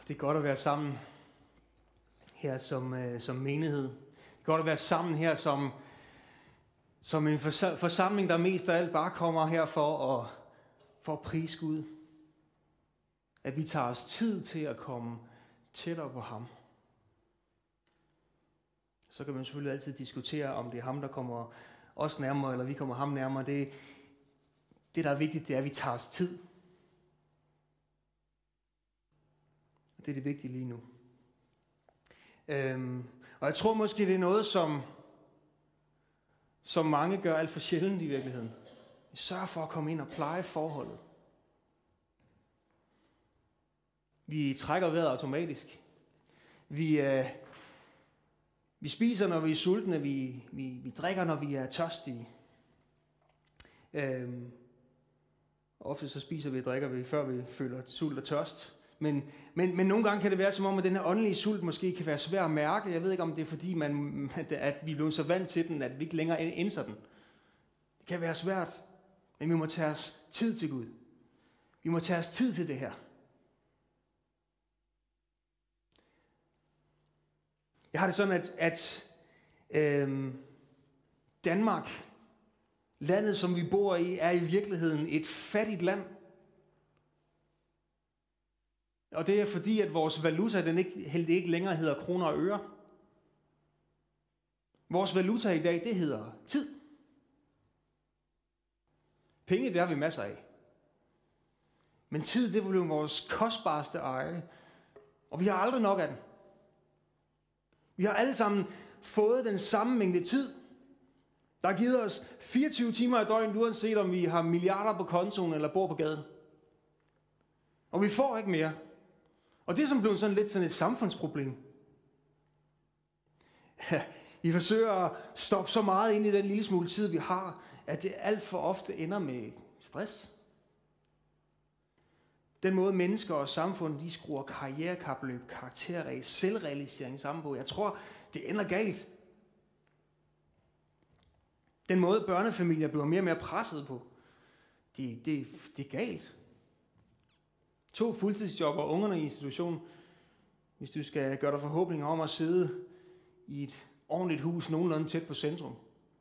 Det er godt at være sammen her som menighed. Det er godt at være sammen her som en forsamling, der mest af alt bare kommer her for at prise Gud. At vi tager os tid til at komme tættere på ham. Så kan man selvfølgelig altid diskutere, om det er ham, der kommer os nærmere, eller vi kommer ham nærmere. Det der er vigtigt, det er, at vi tager os tid. Det er det vigtige lige nu. Og jeg tror måske, det er noget, som mange gør alt for sjældent i virkeligheden. Vi sørger for at komme ind og pleje forholdet. Vi trækker vejret automatisk. Vi spiser, når vi er sultne. Vi drikker, når vi er tørstige. Ofte så spiser vi og drikker vi, før vi føler sult og tørst. Men nogle gange kan det være som om, at den her åndelige sult måske kan være svær at mærke. Jeg ved ikke, om det er fordi, at vi er blevet så vant til den, at vi ikke længere indser den. Det kan være svært, men vi må tage os tid til Gud. Vi må tage os tid til det her. Jeg har det sådan, at Danmark, landet som vi bor i, er i virkeligheden et fattigt land. Og det er fordi, at vores valuta den ikke længere hedder kroner og øre. Vores valuta i dag, det hedder tid. Penge, det har vi masser af. Men tid, det blev vores kostbarste eje. Og vi har aldrig nok af den. Vi har alle sammen fået den samme mængde tid. Der er givet os 24 timer i døgnet, uanset om vi har milliarder på kontoen eller bor på gaden. Og vi får ikke mere. Og det er som blevet sådan lidt sådan et samfundsproblem. Vi forsøger at stoppe så meget ind i den lille smule tid, vi har, at det alt for ofte ender med stress. Den måde mennesker og samfund, de skruer karrierekapløb, karakterræs, selvrealisering sammen på. Jeg tror, det ender galt. Den måde børnefamilier bliver mere og mere presset på, det er galt. 2 fuldtidsjob og ungerne i institution, hvis du skal gøre dig forhåbninger om at sidde i et ordentligt hus nogenlunde tæt på centrum.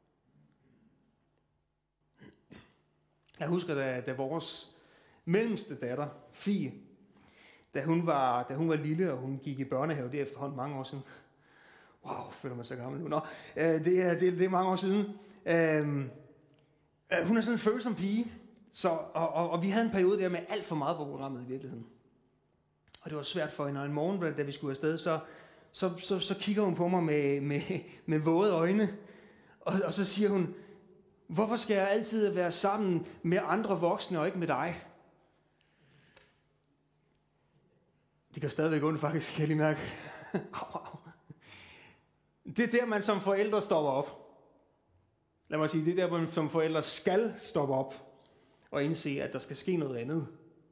Jeg husker, da vores mellemste datter, Fie, da hun var lille, og hun gik i børnehave, det er efterhånden mange år siden. Wow, føler mig så gammel nu. Nå, det er mange år siden. Hun er sådan en følsom pige, og vi havde en periode der med alt for meget på programmet i virkeligheden. Og det var svært for hende, og en morgen, da vi skulle afsted, så kigger hun på mig med våde øjne, og så siger hun, hvorfor skal jeg altid være sammen med andre voksne og ikke med dig? Det kan stadigvæk ondt faktisk, kan jeg lige mærke. Det er der, man som forældre stopper op. Lad mig sige, det er der, man som forældre skal stoppe op og indse, at der skal ske noget andet.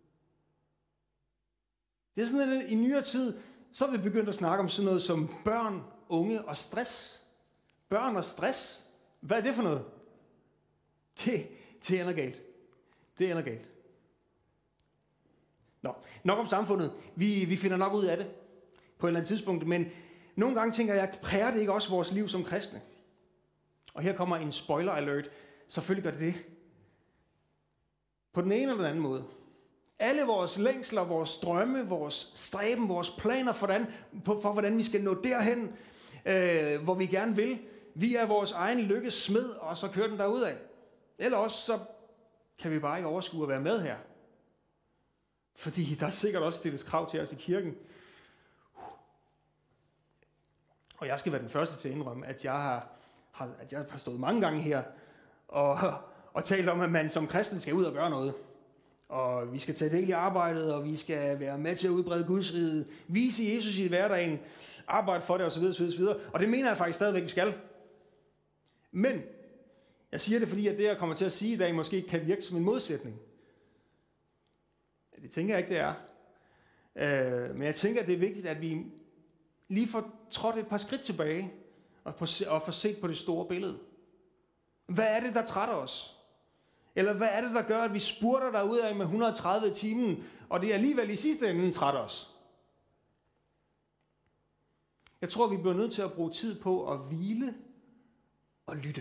Det er sådan, at i nyere tid, så er vi begyndt at snakke om sådan noget som børn, unge og stress. Børn og stress. Hvad er det for noget? Det ender galt. Det ender galt. Nå, nok om samfundet. Vi finder nok ud af det på et eller andet tidspunkt, men nogle gange tænker jeg, præger det ikke også vores liv som kristne? Og her kommer en spoiler alert. Selvfølgelig gør det det. På den ene eller den anden måde. Alle vores længsler, vores drømme, vores stræben, vores planer for hvordan vi skal nå derhen, hvor vi gerne vil. Vi er vores egen lykkes smed, og så kører den derudad. Eller også så kan vi bare ikke overskue at være med her. Fordi der er sikkert også stilles krav til os i kirken. Og jeg skal være den første til at indrømme, at jeg har stået mange gange her og talt om, at man som kristen skal ud og gøre noget. Og vi skal tage del i arbejdet, og vi skal være med til at udbrede Guds rige, vise Jesus i hverdagen, arbejde for det osv. osv. Og det mener jeg faktisk stadigvæk, vi skal. Men jeg siger det, fordi at det, jeg kommer til at sige i dag, måske kan virke som en modsætning. Det tænker jeg ikke, det er. Men jeg tænker, at det er vigtigt, at vi lige får trådt et par skridt tilbage og får set på det store billede. Hvad er det, der trætter os? Eller hvad er det, der gør, at vi spurter derudad med 130 i timen, og det er alligevel i sidste ende trætter os? Jeg tror, vi bliver nødt til at bruge tid på at hvile og lytte.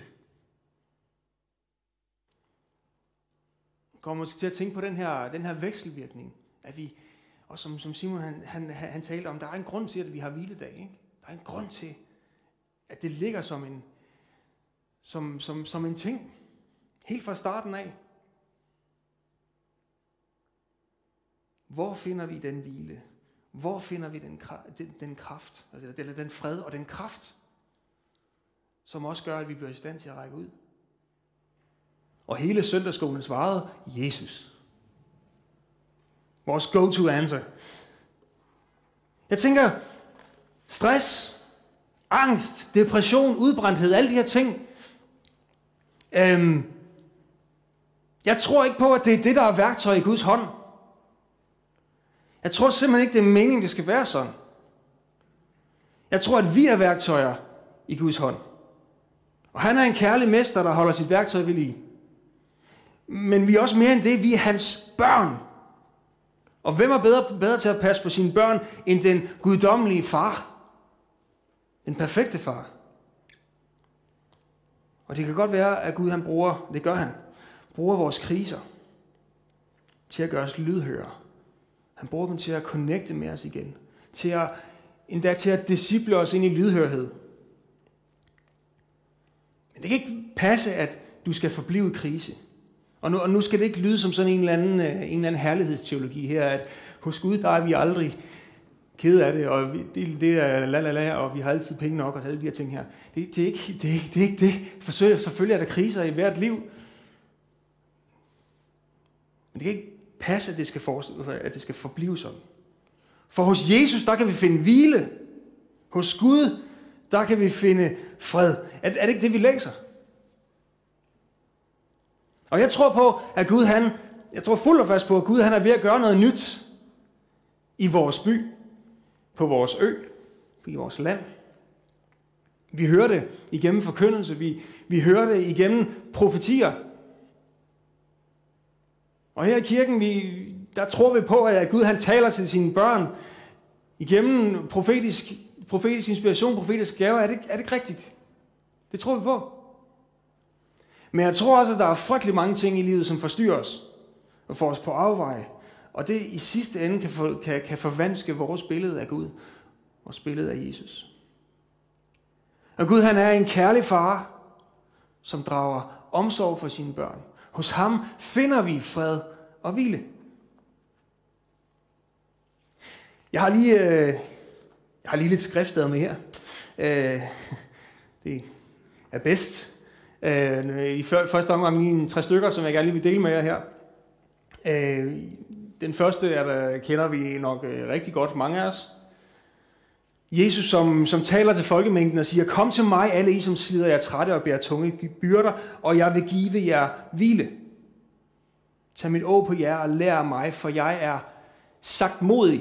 Jeg kommer måske til at tænke på den her vekselvirkning, at vi, og som Simon han talte om, der er en grund til, at vi har hviledag. Ikke? Der er en grund til, at det ligger som en ting, helt fra starten af. Hvor finder vi den hvile? Hvor finder vi den kraft, altså den fred og den kraft, som også gør, at vi bliver i stand til at række ud? Og hele søndagsskolen svarede Jesus. Vores go-to answer. Jeg tænker, stress, angst, depression, udbrændthed, alle de her ting. Jeg tror ikke på, at det er det, der er værktøj i Guds hånd. Jeg tror simpelthen ikke, det er meningen, det skal være sådan. Jeg tror, at vi er værktøjer i Guds hånd. Og han er en kærlig mester, der holder sit værktøj ved lige. Men vi er også mere end det, vi er hans børn. Og hvem er bedre til at passe på sine børn, end den guddommelige far? Den perfekte far. Og det kan godt være, at Gud bruger vores kriser til at gøre os lydhøre. Han bruger dem til at connecte med os igen. Endda til at disciple os ind i lydhørhed. Men det kan ikke passe, at du skal forblive i krise. Og nu skal det ikke lyde som sådan en eller anden herlighedsteologi her, at hos Gud, der er vi aldrig kede af det, og det er lalala, og vi har altid penge nok, og alle de her ting her. Det er ikke det. Selvfølgelig er der kriser i hvert liv. Men det kan ikke passe, at det skal forblive sådan. For hos Jesus, der kan vi finde hvile. Hos Gud, der kan vi finde fred. Er det ikke det, vi læser? Og jeg tror på, at jeg tror fuldt og fast på, at Gud han er ved at gøre noget nyt i vores by, på vores ø, i vores land. Vi hører det igennem forkyndelse, vi hører det igennem profetier. Og her i kirken, der tror vi på, at Gud han taler til sine børn igennem profetisk inspiration, profetisk gaver. Er det ikke rigtigt? Det tror vi på. Men jeg tror også, at der er frygtelig mange ting i livet, som forstyrrer os og får os på afveje. Og det i sidste ende kan forvanske vores billede af Gud, vores billede af Jesus. Og Gud han er en kærlig far, som drager omsorg for sine børn. Hos ham finder vi fred og hvile. Jeg har lige lidt skriftsteder med her. Det er bedst. I første omgang lige 3 stykker, som jeg gerne lige vil dele med jer her. Den første kender vi nok rigtig godt, mange af os. Jesus, som taler til folkemængden og siger, kom til mig, alle I, som slider jer trætte og bærer tunge byrder, og jeg vil give jer hvile. Tag mit åg på jer og lær mig, for jeg er sagtmodig.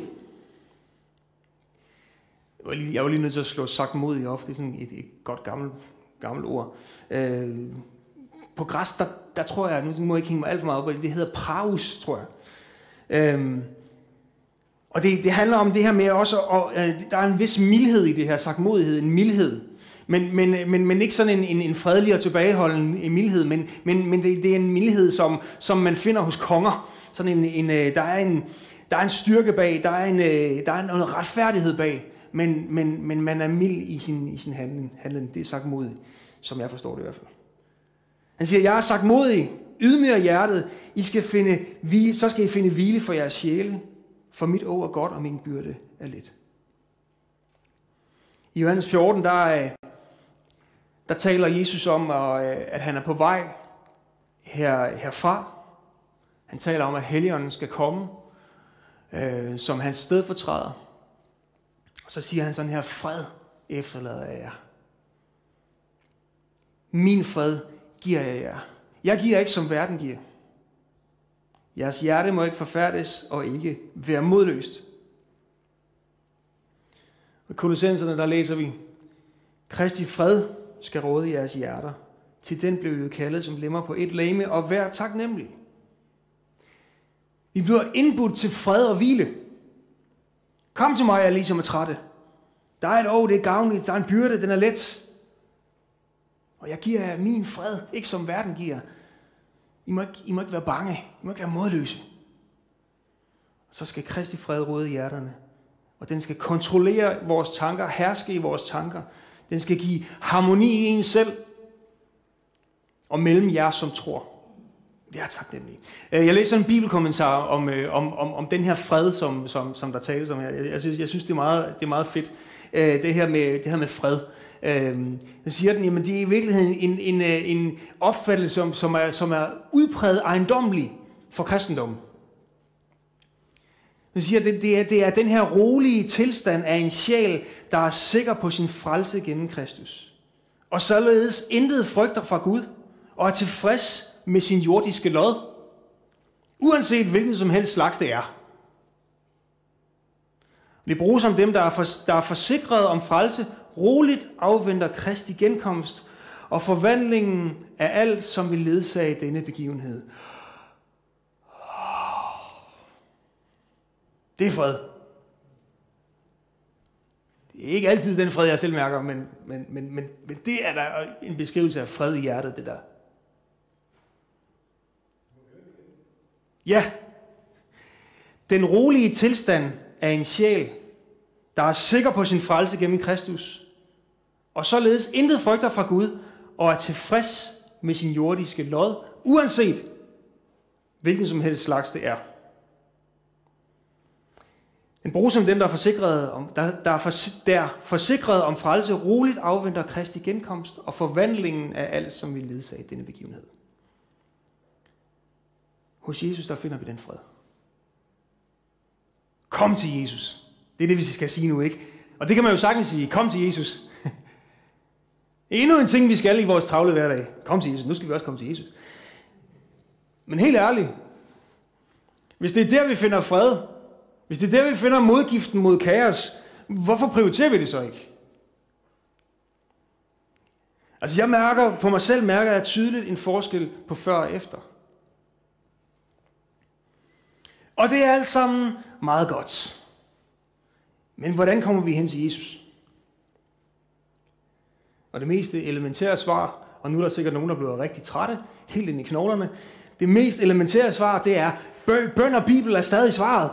Jeg var lige nødt til at slå sagtmodig op, det er sådan et godt gammelt ord. På græs, der tror jeg, nu må jeg ikke hænge mig alt for meget op, det hedder praus, tror jeg. Og det handler om det her med også, der er en vis mildhed i det her, sagtmodighed, en mildhed. Men ikke sådan en fredelig og tilbageholden mildhed, men det er en mildhed, som man finder hos konger. Sådan der er en styrke bag, der er noget retfærdighed bag, men man er mild i sin handling. Det er sagtmodig, som jeg forstår det i hvert fald. Han siger, jeg er sagtmodig, ydmyg hjertet, så skal I finde hvile for jeres sjæle, for mit åg er godt, og min byrde er let. I Johannes 14, der taler Jesus om, at han er på vej herfra. Han taler om, at Helligånden skal komme som hans stedfortræder. Og så siger han sådan her, fred efterlader jeg jer. Min fred giver jeg jer. Jeg giver ikke, som verden giver. Jeres hjerte må ikke forfærdes og ikke være modløst. I Kolossenserne, der læser vi, Kristi fred skal råde jeres hjerter. Til den blev vi kaldet som lemmer på et legeme, og vær taknemmelig. Vi bliver indbudt til fred og hvile. Kom til mig, alle I som er trætte. Der er et år, det er gavnligt, der er en byrde, den er let. Og jeg giver jer min fred, ikke som verden giver. I må ikke være bange, I må ikke være modløse. Så skal Kristi fred råde i hjerterne. Og den skal kontrollere vores tanker, herske i vores tanker. Den skal give harmoni i en selv og mellem jer, som tror. Det er taknemmelig. Jeg læser en bibelkommentar om den her fred, som der tales om her. Jeg synes det er meget fedt. Det her med fred. Så siger den, jamen det er i virkeligheden en opfattelse, som er udpræget ejendommelig for kristendommen. Den siger, det er den her rolige tilstand af en sjæl, der er sikker på sin frelse gennem Kristus. Og således intet frygter fra Gud, og er tilfreds med sin jordiske lod, uanset hvilken som helst slags det er. Det bruges om dem, der er forsikret om frelse, roligt afventer Kristi genkomst og forvandlingen af alt, som vil ledsage denne begivenhed. Det er fred. Det er ikke altid den fred, jeg selv mærker, men det er der en beskrivelse af fred i hjertet, det der. Ja, den rolige tilstand af en sjæl, der er sikker på sin frelse gennem Kristus, og således intet frygter fra Gud, og er tilfreds med sin jordiske lod, uanset hvilken som helst slags det er. Den bruges som dem, der er forsikret om frelse, roligt afventer Kristi genkomst og forvandlingen af alt, som vil ledsage denne begivenhed. Hos Jesus, der finder vi den fred. Kom til Jesus. Det er det, vi skal sige nu, ikke? Og det kan man jo sagtens sige. Kom til Jesus. Endnu en ting, vi skal i vores travle hverdag. Kom til Jesus. Nu skal vi også komme til Jesus. Men helt ærligt. Hvis det er der, vi finder fred, hvis det er der, vi finder modgiften mod kaos, hvorfor prioriterer vi det så ikke? Altså jeg mærker, på mig selv mærker jeg tydeligt en forskel på før og efter. Og det er alt sammen meget godt. Men hvordan kommer vi hen til Jesus? Og det mest elementære svar, og nu er der sikkert nogen, der bliver rigtig trætte, helt ind i knoglerne. Det mest elementære svar, det er, bøn og Bibel er stadig svaret.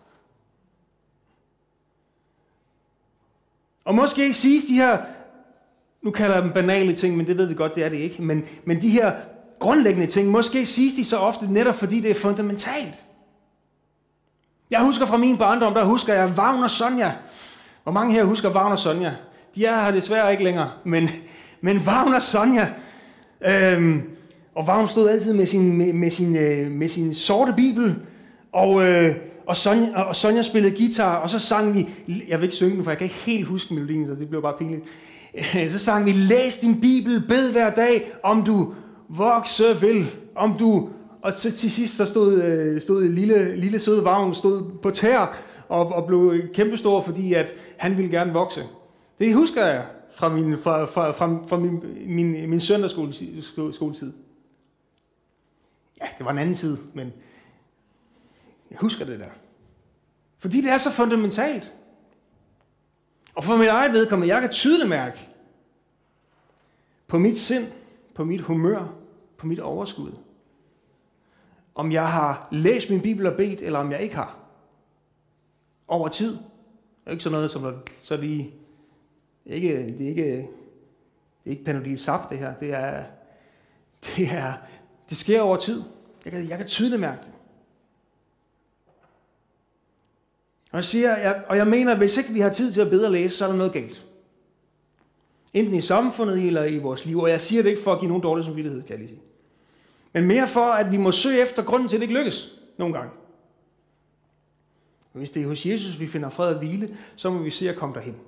Og måske siges de her, nu kalder jeg dem banale ting, men det ved vi godt, det er det ikke, men de her grundlæggende ting, måske siges de så ofte netop fordi det er fundamentalt. Jeg husker fra min barndom, der husker jeg Vagn og Sonja. Hvor mange her husker Vagn og Sonja? De er her desværre ikke længere, men Vagn og Sonja. Og Vagn stod altid med sin sorte bibel, og Sonja spillede guitar, og så sang vi, jeg vil ikke synge den, for jeg kan ikke helt huske melodien, så det blev bare pinligt. Så sang vi, læs din bibel, bed hver dag, om du vokse vil, om du... Og til sidst så stod lille søde Vagn stod på tær og blev kæmpestor, fordi at han ville gerne vokse. Det husker jeg fra min søndagsskoletid. Ja, det var en anden tid, men jeg husker det der. Fordi det er så fundamentalt. Og for mit eget vedkommende, jeg kan tydeligt mærke på mit sind, på mit humør, på mit overskud, om jeg har læst min bibel og bedt, eller om jeg ikke har. Over tid. Det er ikke sådan noget, som så lige... Det er ikke Panodil Saft, det her. Det sker over tid. Jeg kan tydeligt mærke det. Og jeg mener, at hvis ikke vi har tid til at bede og læse, så er der noget galt. Enten i samfundet eller i vores liv. Og jeg siger det ikke for at give nogen dårlig samvittighed, kan jeg lige sige. Men mere for, at vi må søge efter grunden til, at det ikke lykkes nogle gange. Hvis det er hos Jesus, vi finder fred og hvile, så må vi se at komme derhen.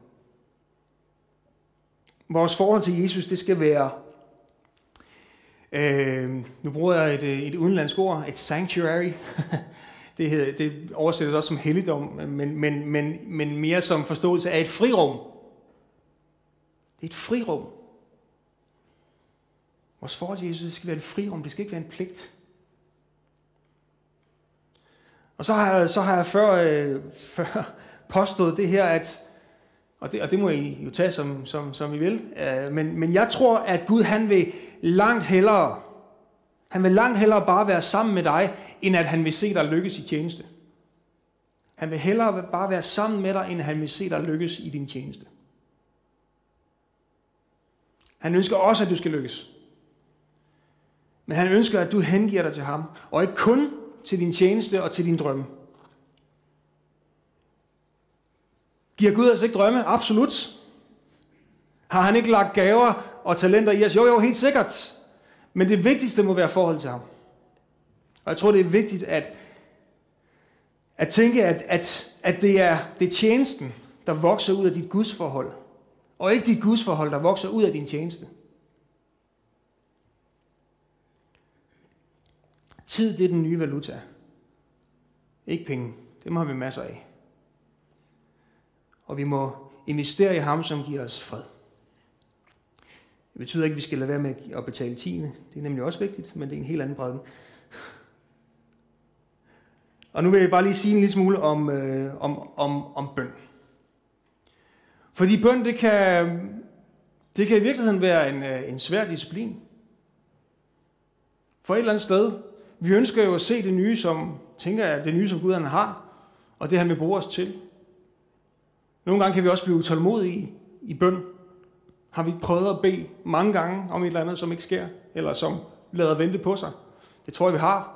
Vores forhold til Jesus, det skal være, nu bruger jeg et udenlandsk ord, et sanctuary. det oversættes også som helligdom, men mere som forståelse af et frirum. Det er et frirum. Vores forhold til Jesus, det skal være et frirum, det skal ikke være en pligt. Og så har jeg før påstået det her, at Og det må I jo tage, som I vil. Men jeg tror, at Gud han vil langt hellere bare være sammen med dig, end at han vil se dig lykkes i tjeneste. Han vil hellere bare være sammen med dig, end at han vil se dig lykkes i din tjeneste. Han ønsker også, at du skal lykkes. Men han ønsker, at du hengiver dig til ham, og ikke kun til din tjeneste og til din drømme. Giver Gud os ikke drømme? Absolut. Har han ikke lagt gaver og talenter i os? Jo, helt sikkert. Men det vigtigste må være forhold til ham. Og jeg tror, det er vigtigt at tænke, at det er tjenesten, der vokser ud af dit gudsforhold, og ikke dit gudsforhold, der vokser ud af din tjeneste. Tid, det er den nye valuta. Ikke penge. Dem har vi masser af. Og vi må investere i ham, som giver os fred. Det betyder ikke, at vi skal lade være med at betale tiende. Det er nemlig også vigtigt, men det er en helt anden prædiken. Og nu vil jeg bare lige sige en lille smule om bøn. Fordi bøn, det kan i virkeligheden være en svær disciplin. For et eller andet sted, vi ønsker jo at se det nye, som Gud han har, og det han vil bruge os til. Nogle gange kan vi også blive utålmodige i bøn. Har vi prøvet at bede mange gange om et eller andet, som ikke sker, eller som lader vente på sig? Det tror jeg, vi har.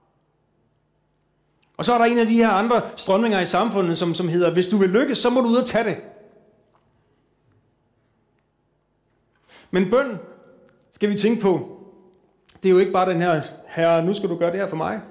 Og så er der en af de her andre strømninger i samfundet, som hedder, hvis du vil lykkes, så må du ud og tage det. Men bøn, skal vi tænke på, det er jo ikke bare den her, herre, nu skal du gøre det her for mig.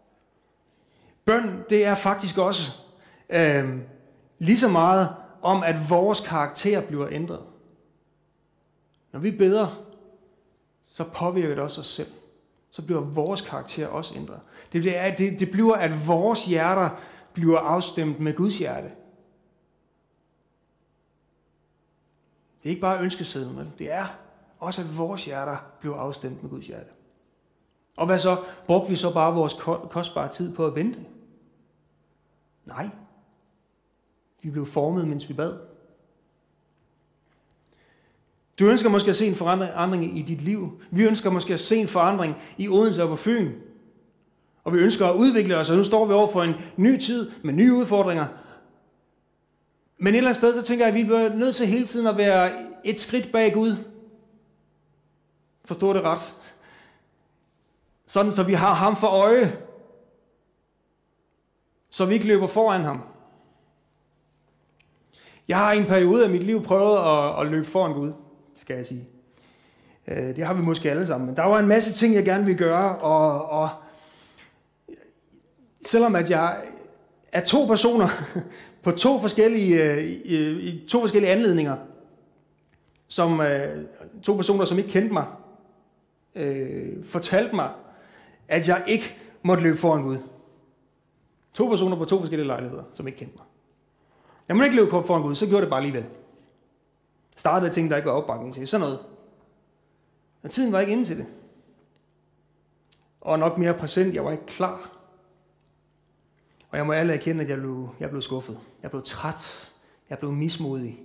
Bøn, det er faktisk også lige så meget om, at vores karakter bliver ændret. Når vi beder, så påvirker det også os selv. Så bliver vores karakter også ændret. Det bliver, at vores hjerter bliver afstemt med Guds hjerte. Det er ikke bare ønskesedlen, vel? Det er også, at vores hjerter bliver afstemt med Guds hjerte. Og hvad så? Brugte vi så bare vores kostbare tid på at vente? Nej. Vi blev formet, mens vi bad. Du ønsker måske at se en forandring i dit liv. Vi ønsker måske at se en forandring i Odense og på Fyn. Og vi ønsker at udvikle os, og nu står vi over for en ny tid med nye udfordringer. Men et eller andet sted, så tænker jeg, at vi bliver nødt til hele tiden at være et skridt bag Gud. Forstår det ret? Sådan, så vi har ham for øje. Så vi ikke løber foran ham. Jeg har i en periode af mit liv prøvet at løbe foran Gud, skal jeg sige. Det har vi måske alle sammen. Men der var en masse ting, jeg gerne ville gøre. Og selvom at jeg er to personer på to forskellige anledninger, som to personer, som ikke kendte mig, fortalte mig, at jeg ikke måtte løbe foran Gud. To personer på to forskellige lejligheder, som ikke kendte mig. Jeg må ikke løbe foran Gud, så gjorde det bare alligevel. Startede ting, der ikke var opbakning til. Sådan noget. Men tiden var ikke inde til det. Og nok mere præsent, jeg var ikke klar. Og jeg må alle erkende, at jeg blev skuffet. Jeg blev træt. Jeg blev mismodig.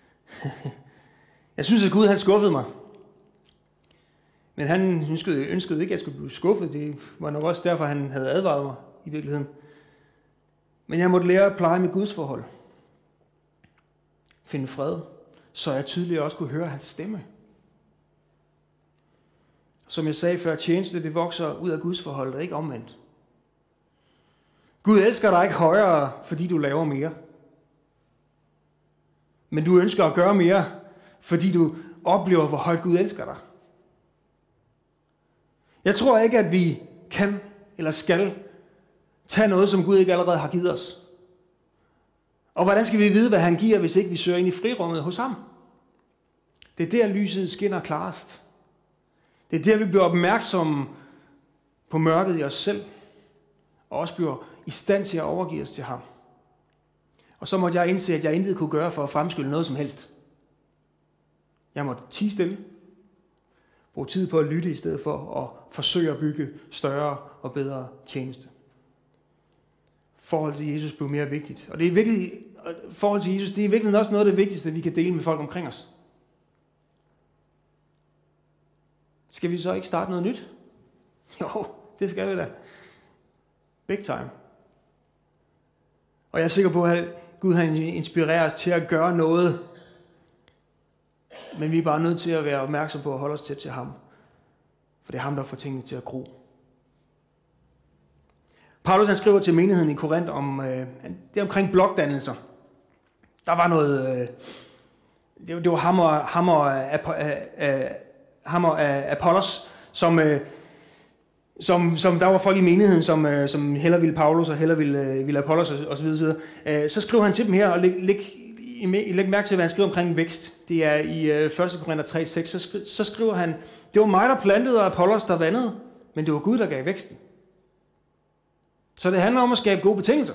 Jeg synes, at Gud han skuffede mig. Men han ønskede ikke, at jeg skulle blive skuffet. Det var nok også derfor, han havde advaret mig i virkeligheden. Men jeg måtte lære at pleje mit Guds forhold. Finde fred, så jeg tydeligt også kunne høre hans stemme. Som jeg sagde før, tjeneste det vokser ud af Guds forhold, og ikke omvendt. Gud elsker dig ikke højere, fordi du laver mere. Men du ønsker at gøre mere, fordi du oplever, hvor højt Gud elsker dig. Jeg tror ikke, at vi kan eller skal tage noget, som Gud ikke allerede har givet os. Og hvordan skal vi vide, hvad han giver, hvis ikke vi søger ind i frirummet hos ham? Det er der, lyset skinner klarest. Det er der, vi bliver opmærksomme på mørket i os selv, og også bliver i stand til at overgive os til ham. Og så måtte jeg indse, at jeg intet kunne gøre for at fremskylde noget som helst. Jeg måtte tie stille, bruge tid på at lytte i stedet for at forsøge at bygge større og bedre tjeneste. Forhold til Jesus blev mere vigtigt. Og det er virkelig forhold til Jesus, det er virkelig også noget af det vigtigste, vi kan dele med folk omkring os. Skal vi så ikke starte noget nyt? Jo, det skal vi da. Big time. Og jeg er sikker på, at Gud har inspireret os til at gøre noget. Men vi er bare nødt til at være opmærksom på at holde os tæt til ham. For det er ham, der får tingene til at gro. Paulus han skriver til menigheden i Korinth om det er omkring blokdannelser. Der var noget... Det var ham og Apollos, som der var folk i menigheden, som hellere ville Paulus og hellere ville Apollos og så videre. Så skriver han til dem her, og læg mærke til, hvad han skriver omkring vækst. Det er i 1. Korinther 3:6. Så skriver han, det var mig, der plantede, og Apollos, der vandede, men det var Gud, der gav væksten. Så det handler om at skabe gode betingelser.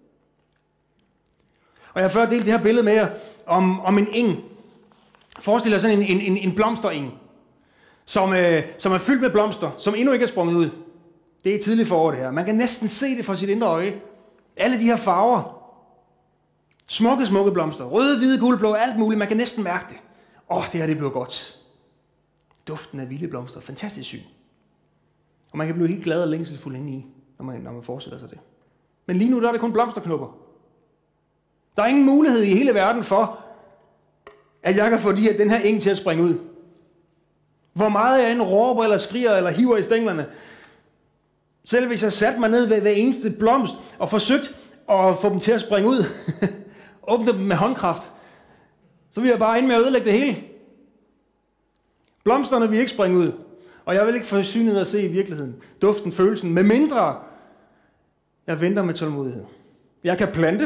Og jeg har før delt det her billede med jer om en eng. Forestil dig sådan en blomstereng, som er fyldt med blomster, som endnu ikke er sprunget ud. Det er tidligt forår det her. Man kan næsten se det for sit indre øje. Alle de her farver. Smukke blomster. Røde, hvide, gule, blå, alt muligt. Man kan næsten mærke det. Det her det bliver godt. Duften af vilde blomster. Fantastisk syn. Og man kan blive helt glad og længselsfuld indeni, når man fortsætter sig det. Men lige nu der er det kun blomsterknopper. Der er ingen mulighed i hele verden for, at jeg kan få den her eng til at springe ud. Hvor meget jeg end råber eller skriger eller hiver i stænglerne. Selv hvis jeg satte mig ned ved hver eneste blomst og forsøgte at få dem til at springe ud, åbne dem med håndkraft, så vil jeg bare ind med at ødelægge det hele. Blomsterne vil ikke springe ud, og jeg vil ikke få synet at se i virkeligheden, duften, følelsen, med mindre jeg venter med tålmodighed. Jeg kan plante.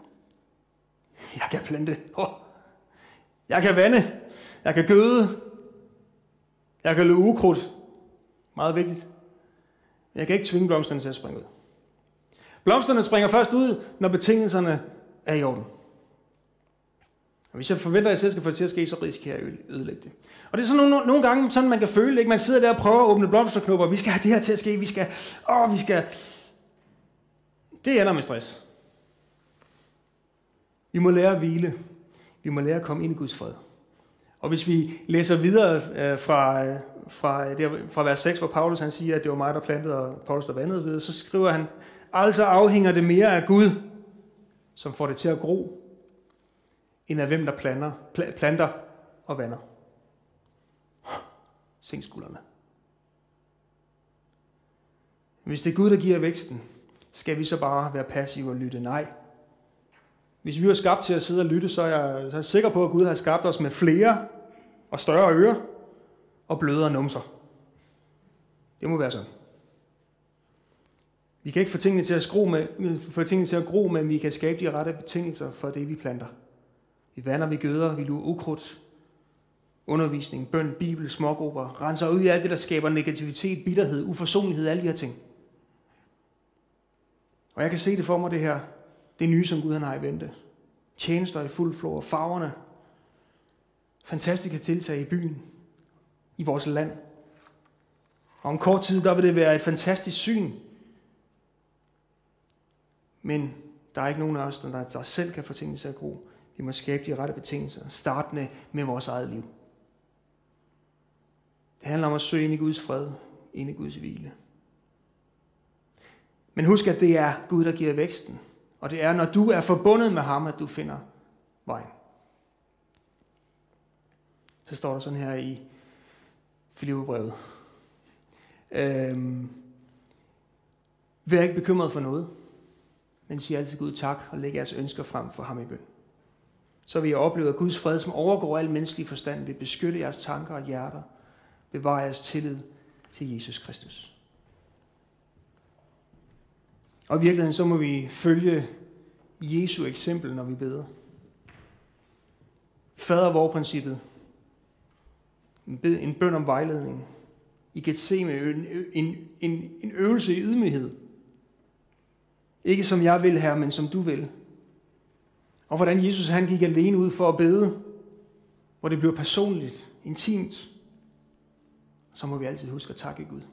Jeg kan vande. Jeg kan gøde. Jeg kan løbe ukrudt. Meget vigtigt. Jeg kan ikke tvinge blomsterne til at springe ud. Blomsterne springer først ud, når betingelserne er i orden. Og hvis jeg forventer, at jeg selv skal få det til at ske, så risikerer jeg at ødelægge det. Og det er sådan nogle gange, sådan man kan føle, ikke? Man sidder der og prøver at åbne blomsterknopper. Vi skal have det her til at ske. Vi skal. Det ender med stress. Vi må lære at hvile. Vi må lære at komme ind i Guds fred. Og hvis vi læser videre fra vers 6, hvor Paulus han siger, at det var mig, der plantede, og Paulus, der vandede videre, så skriver han, altså afhænger det mere af Gud, som får det til at gro, end af hvem, der planter og vander. Sænk skuldrene. Hvis det er Gud, der giver væksten, skal vi så bare være passive og lytte? Nej. Hvis vi er skabt til at sidde og lytte, så er jeg sikker på, at Gud har skabt os med flere og større ører og blødere numser. Det må være sådan. Vi kan ikke få tingene til at gro, men vi kan skabe de rette betingelser for det, vi planter. Vi vander, vi gøder, vi lurer ukrudt, undervisning, bøn, bibel, smågrupper, renser ud i alt det, der skaber negativitet, bitterhed, uforsonlighed, alle de her ting. Og jeg kan se det for mig, det her. Det nye, som Gud han har i vente. Tjenester i fuld flor, farverne. Fantastiske tiltag i byen. I vores land. Og om kort tid, der vil det være et fantastisk syn. Men der er ikke nogen af os, der selv kan få tingene til at gro. Vi må skabe de rette betingelser. Startende med vores eget liv. Det handler om at søge ind i Guds fred. Ind i Guds hvile. Men husk, at det er Gud, der giver væksten. Og det er, når du er forbundet med ham, at du finder vejen. Så står der sådan her i Filipperbrevet. Vær ikke bekymret for noget, men sig altid Gud tak og læg jeres ønsker frem for ham i bøn. Så vil I opleve, at Guds fred, som overgår al menneskelig forstand, vil beskytte jeres tanker og hjerter, bevare jeres tillid til Jesus Kristus. Og i virkeligheden så må vi følge Jesu eksempel, når vi beder. Fader vor princippet. En bøn om vejledning. I Getsemane en øvelse i ydmyghed. Ikke som jeg vil, Herre, men som du vil. Og hvordan Jesus han gik alene ud for at bede, hvor det blev personligt, intimt. Så må vi altid huske at takke Gud.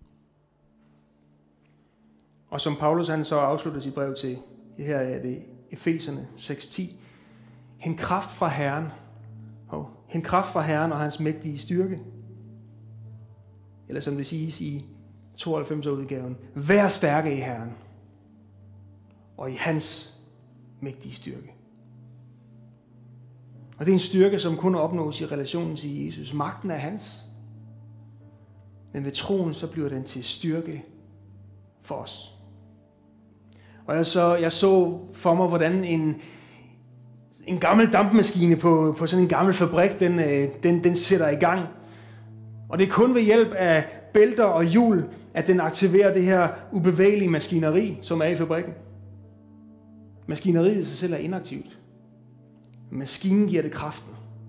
Og som Paulus han så afslutter sit brev til, her er det Efeserne 6:10. Hent kraft fra Herren. Hent kraft fra Herren og hans mægtige styrke. Eller som det siges i 92-udgaven. Vær stærke i Herren. Og i hans mægtige styrke. Og det er en styrke, som kun opnås i relationen til Jesus. Magten er hans. Men ved troen, så bliver den til styrke for os. Og jeg så for mig, hvordan en gammel dampmaskine på sådan en gammel fabrik, den sætter i gang. Og det er kun ved hjælp af bælter og hjul, at den aktiverer det her ubevægelige maskineri, som er i fabrikken. Maskineriet i sig selv er inaktivt. Maskinen giver det kraften.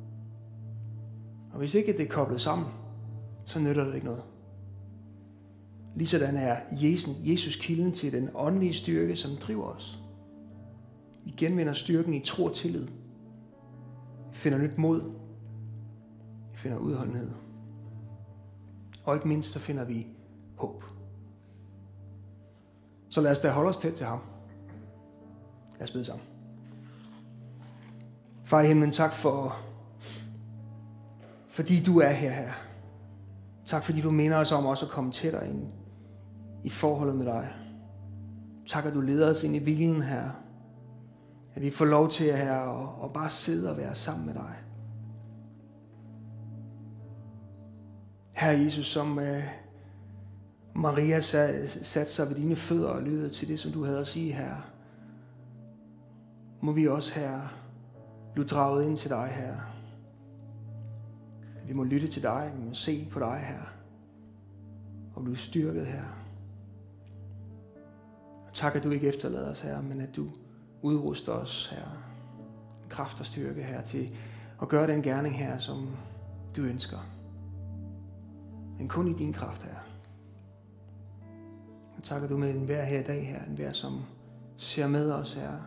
Og hvis ikke det er koblet sammen, så nytter det ikke noget. Ligesådan er Jesus kilden til den åndelige styrke, som driver os. Vi genvinder styrken i tro og tillid. Vi finder nyt mod. Vi finder udholdenhed. Og ikke mindst, så finder vi håb. Så lad os da holde os tæt til ham. Lad os bede sammen. Far i himlen, tak fordi du er her. Tak fordi du minder os om også at komme tættere ind i forholdet med dig. Tak at du leder os ind i hvilen her. At vi får lov til at bare sidde og være sammen med dig. Herre Jesus, som Maria satte sig ved dine fødder og lyttede til det, som du havde at sige, Herre. Må vi også, Herre, blive draget ind til dig, Herre. Vi må lytte til dig, vi må se på dig, Herre. Og blive styrket, Herre. Og tak, at du ikke efterlader os, Herre, men at du udruster os, Herre. Kraft og styrke, Herre, til at gøre den gerning, Herre, som du ønsker. Men kun i din kraft, Herre. Og takker du med enhver her i dag, Herre. Enhver, som ser med os, Herre.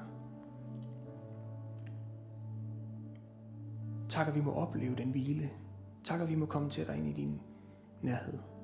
Tak, at vi må opleve den hvile. Tak, at vi må komme til dig ind i din nærhed.